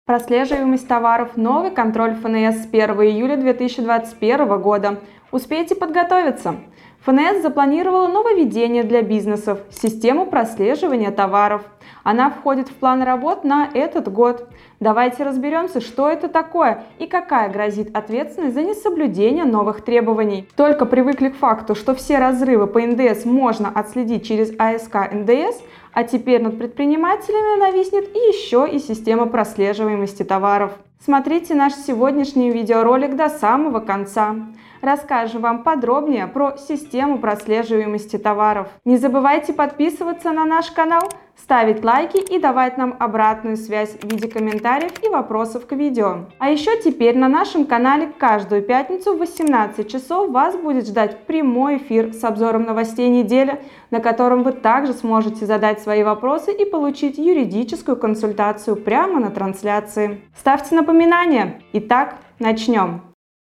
Прослеживаемость товаров. Новый контроль ФНС с 1 июля 2021 года. Успейте подготовиться. ФНС запланировала нововведение для бизнесов – систему прослеживания товаров. Она входит в план работ на этот год. Давайте разберемся, что это такое и какая грозит ответственность за несоблюдение новых требований. Только привыкли к факту, что все разрывы по НДС можно отследить через АСК НДС, а теперь над предпринимателями нависнет еще и система прослеживаемости товаров. Смотрите наш сегодняшний видеоролик до самого конца. Расскажем вам подробнее про систему прослеживаемости товаров. Не забывайте подписываться на наш канал, ставить лайки и давать нам обратную связь в виде комментариев и вопросов к видео. А еще теперь на нашем канале каждую пятницу в 18 часов вас будет ждать прямой эфир с обзором новостей недели, на котором вы также сможете задать свои вопросы и получить юридическую консультацию прямо на трансляции. Ставьте напоминания. Итак, начнем.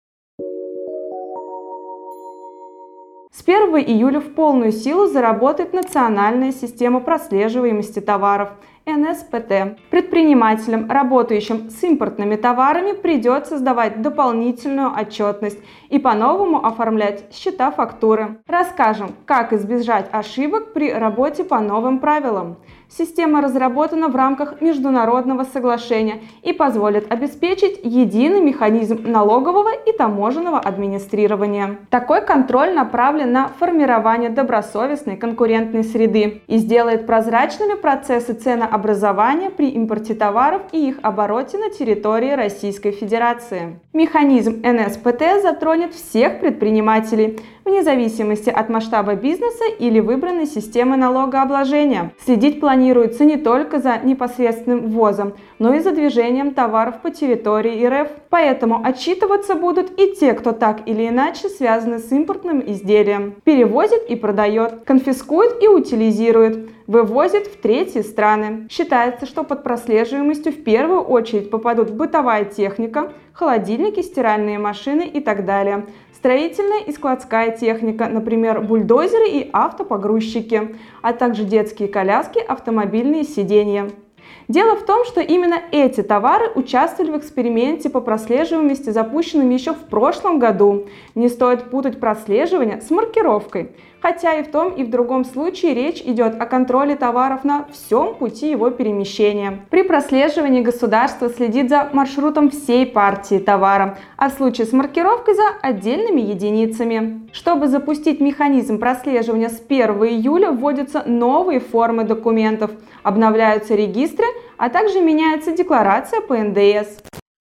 С 1 июля в полную силу заработает национальная система прослеживаемости товаров НСПТ. Предпринимателям, работающим с импортными товарами, придется сдавать дополнительную отчетность и по-новому оформлять счета-фактуры. Расскажем, как избежать ошибок при работе по новым правилам. Система разработана в рамках международного соглашения и позволит обеспечить единый механизм налогового и таможенного администрирования. Такой контроль направлен на формирование добросовестной конкурентной среды и сделает прозрачными процессы ценообразования при импорте товаров и их обороте на территории Российской Федерации. Механизм НСПТ затронет всех предпринимателей, вне зависимости от масштаба бизнеса или выбранной системы налогообложения. Следить планируется не только за непосредственным ввозом, но и за движением товаров по территории РФ. Поэтому отчитываться будут и те, кто так или иначе связаны с импортным изделием. Перевозит и продает, конфискует и утилизирует, вывозит в третьи страны. Считается, что под прослеживаемостью в первую очередь попадут бытовая техника, холодильники, стиральные машины и так далее. Строительная и складская техника, например, бульдозеры и автопогрузчики, а также детские коляски, автомобильные сиденья. Дело в том, что именно эти товары участвовали в эксперименте по прослеживаемости, запущенном еще в прошлом году. Не стоит путать прослеживание с маркировкой. Хотя и в том, и в другом случае речь идет о контроле товаров на всем пути его перемещения. При прослеживании государство следит за маршрутом всей партии товара, а в случае с маркировкой за отдельными единицами. Чтобы запустить механизм прослеживания с 1 июля вводятся новые формы документов, обновляются регистры, а также меняется декларация по НДС.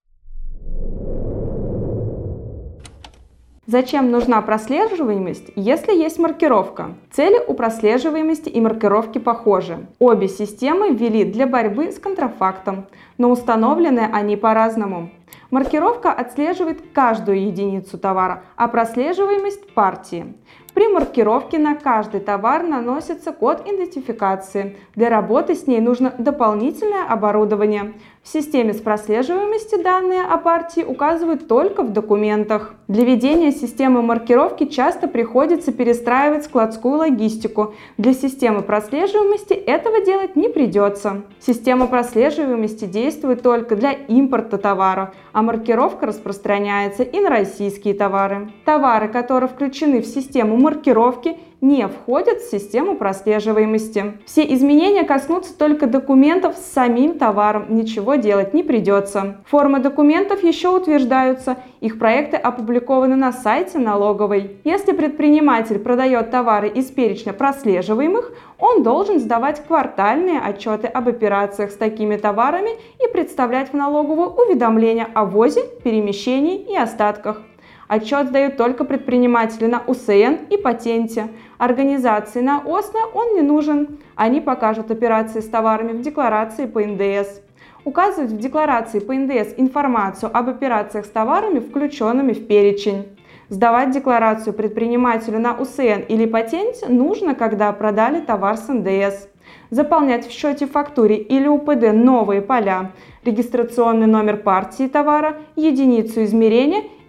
Зачем нужна прослеживаемость, если есть маркировка? Цели у прослеживаемости и маркировки похожи. Обе системы ввели для борьбы с контрафактом, но установлены они по-разному. Маркировка отслеживает каждую единицу товара, а прослеживаемость – партии. При маркировке на каждый товар наносится код идентификации. Для работы с ней нужно дополнительное оборудование. В системе с прослеживаемостью данные о партии указывают только в документах. Для ведения системы маркировки часто приходится перестраивать складскую логистику. Для системы прослеживаемости этого делать не придется. Система прослеживаемости действует только для импорта товара, а маркировка распространяется и на российские товары. Товары, которые включены в систему маркировки, не входят в систему прослеживаемости. Все изменения коснутся только документов с самим товаром, ничего делать не придется. Формы документов еще утверждаются, их проекты опубликованы на сайте налоговой. Если предприниматель продает товары из перечня прослеживаемых, он должен сдавать квартальные отчеты об операциях с такими товарами и представлять в налоговую уведомления о ввозе, перемещении и остатках. Отчет сдают только предприниматели на УСН и патенте. Организации на ОСНА он не нужен. Они покажут операции с товарами в декларации по НДС. Указывать в декларации по НДС информацию об операциях с товарами, включенными в перечень. Сдавать декларацию предпринимателю на УСН или патенте нужно, когда продали товар с НДС. Заполнять в счете-фактуре или УПД новые поля, регистрационный номер партии товара, единицу измерения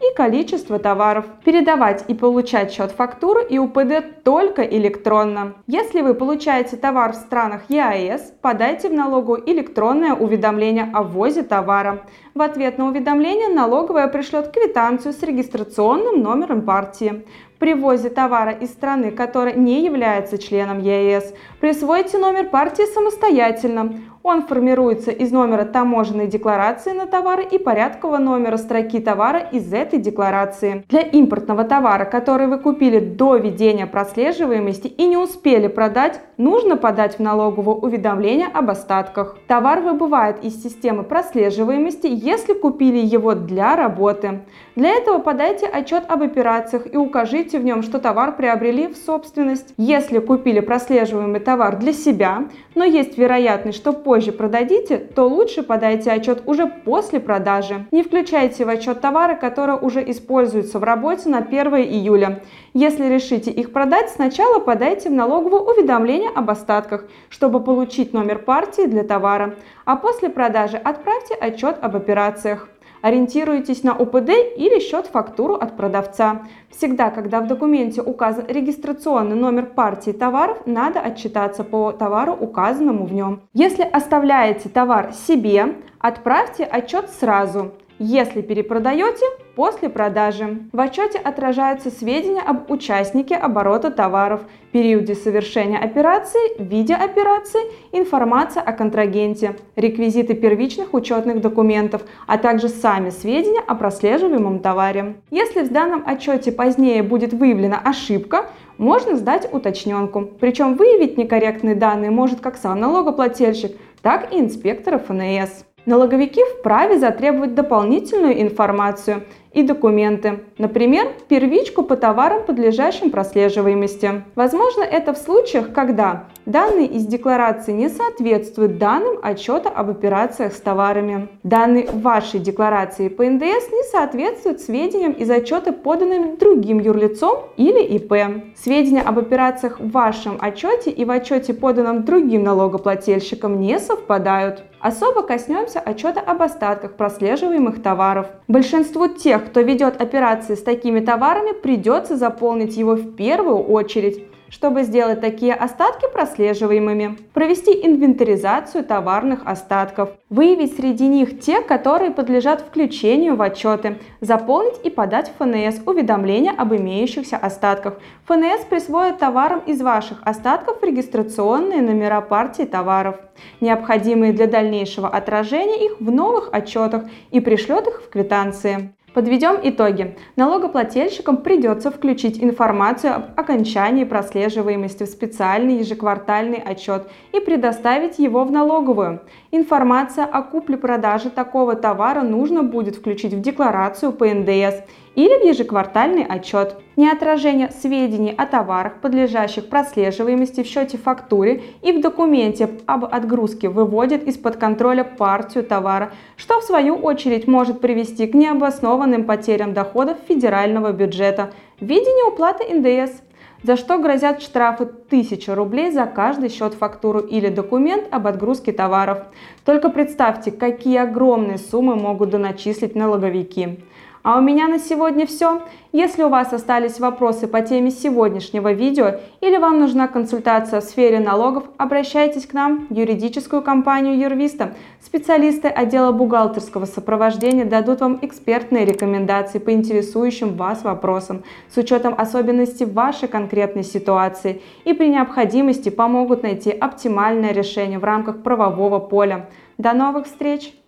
и количество товаров. Передавать и получать счет-фактуру и УПД только электронно. Если вы получаете товар в странах ЕАЭС, подайте в налоговую электронное уведомление о ввозе товара. В ответ на уведомление налоговая пришлет квитанцию с регистрационным номером партии. При ввозе товара из страны, которая не является членом ЕАЭС, присвойте номер партии самостоятельно. Он формируется из номера таможенной декларации на товары и порядкового номера строки товара из этой декларации. Для импортного товара, который вы купили до введения прослеживаемости и не успели продать, нужно подать в налоговое уведомление об остатках. Товар выбывает из системы прослеживаемости, если купили его для работы. Для этого подайте отчет об операциях и укажите в нем, что товар приобрели в собственность. Если купили прослеживаемый товар для себя, но есть вероятность, что позже продадите, то лучше подайте отчет уже после продажи. Не включайте в отчет товары, которые уже используются в работе на 1 июля. Если решите их продать, сначала подайте в налоговое уведомление об остатках, чтобы получить номер партии для товара, а после продажи отправьте отчет об операциях. Ориентируйтесь на УПД или счет-фактуру от продавца. Всегда, когда в документе указан регистрационный номер партии товаров, надо отчитаться по товару, указанному в нем. Если оставляете товар себе, отправьте отчет сразу. Если перепродаете, после продажи. В отчете отражаются сведения об участнике оборота товаров, периоде совершения операции, виде операции, информация о контрагенте, реквизиты первичных учетных документов, а также сами сведения о прослеживаемом товаре. Если в данном отчете позднее будет выявлена ошибка, можно сдать уточненку. Причем выявить некорректные данные может как сам налогоплательщик, так и инспектор ФНС. Налоговики вправе затребовать дополнительную информацию и документы, например, первичку по товарам, подлежащим прослеживаемости. Возможно, это в случаях, когда данные из декларации не соответствуют данным отчета об операциях с товарами. Данные в вашей декларации по НДС не соответствуют сведениям из отчета, поданным другим юрлицом или ИП. Сведения об операциях в вашем отчете и в отчете, поданном другим налогоплательщикам, не совпадают. Особо коснемся отчета об остатках прослеживаемых товаров. Большинству тех, кто ведет операции с такими товарами, придется заполнить его в первую очередь, чтобы сделать такие остатки прослеживаемыми, провести инвентаризацию товарных остатков, выявить среди них те, которые подлежат включению в отчеты, заполнить и подать в ФНС уведомление об имеющихся остатках. ФНС присвоит товарам из ваших остатков регистрационные номера партии товаров, необходимые для дальнейшего отражения их в новых отчетах, и пришлет их в квитанции. Подведем итоги. Налогоплательщикам придется включить информацию об окончании прослеживаемости в специальный ежеквартальный отчет и предоставить его в налоговую. Информация о купле-продаже такого товара нужно будет включить в декларацию по НДС или в ежеквартальный отчет. Неотражение сведений о товарах, подлежащих прослеживаемости в счете-фактуре и в документе об отгрузке, выводит из-под контроля партию товара, что в свою очередь может привести к необоснованным потерям доходов федерального бюджета в виде неуплаты НДС, за что грозят штрафы 1000 рублей за каждый счет-фактуру или документ об отгрузке товаров. Только представьте, какие огромные суммы могут доначислить налоговики. А у меня на сегодня все. Если у вас остались вопросы по теме сегодняшнего видео или вам нужна консультация в сфере налогов, обращайтесь к нам в юридическую компанию Юрвиста. Специалисты отдела бухгалтерского сопровождения дадут вам экспертные рекомендации по интересующим вас вопросам с учетом особенностей вашей конкретной ситуации и при необходимости помогут найти оптимальное решение в рамках правового поля. До новых встреч!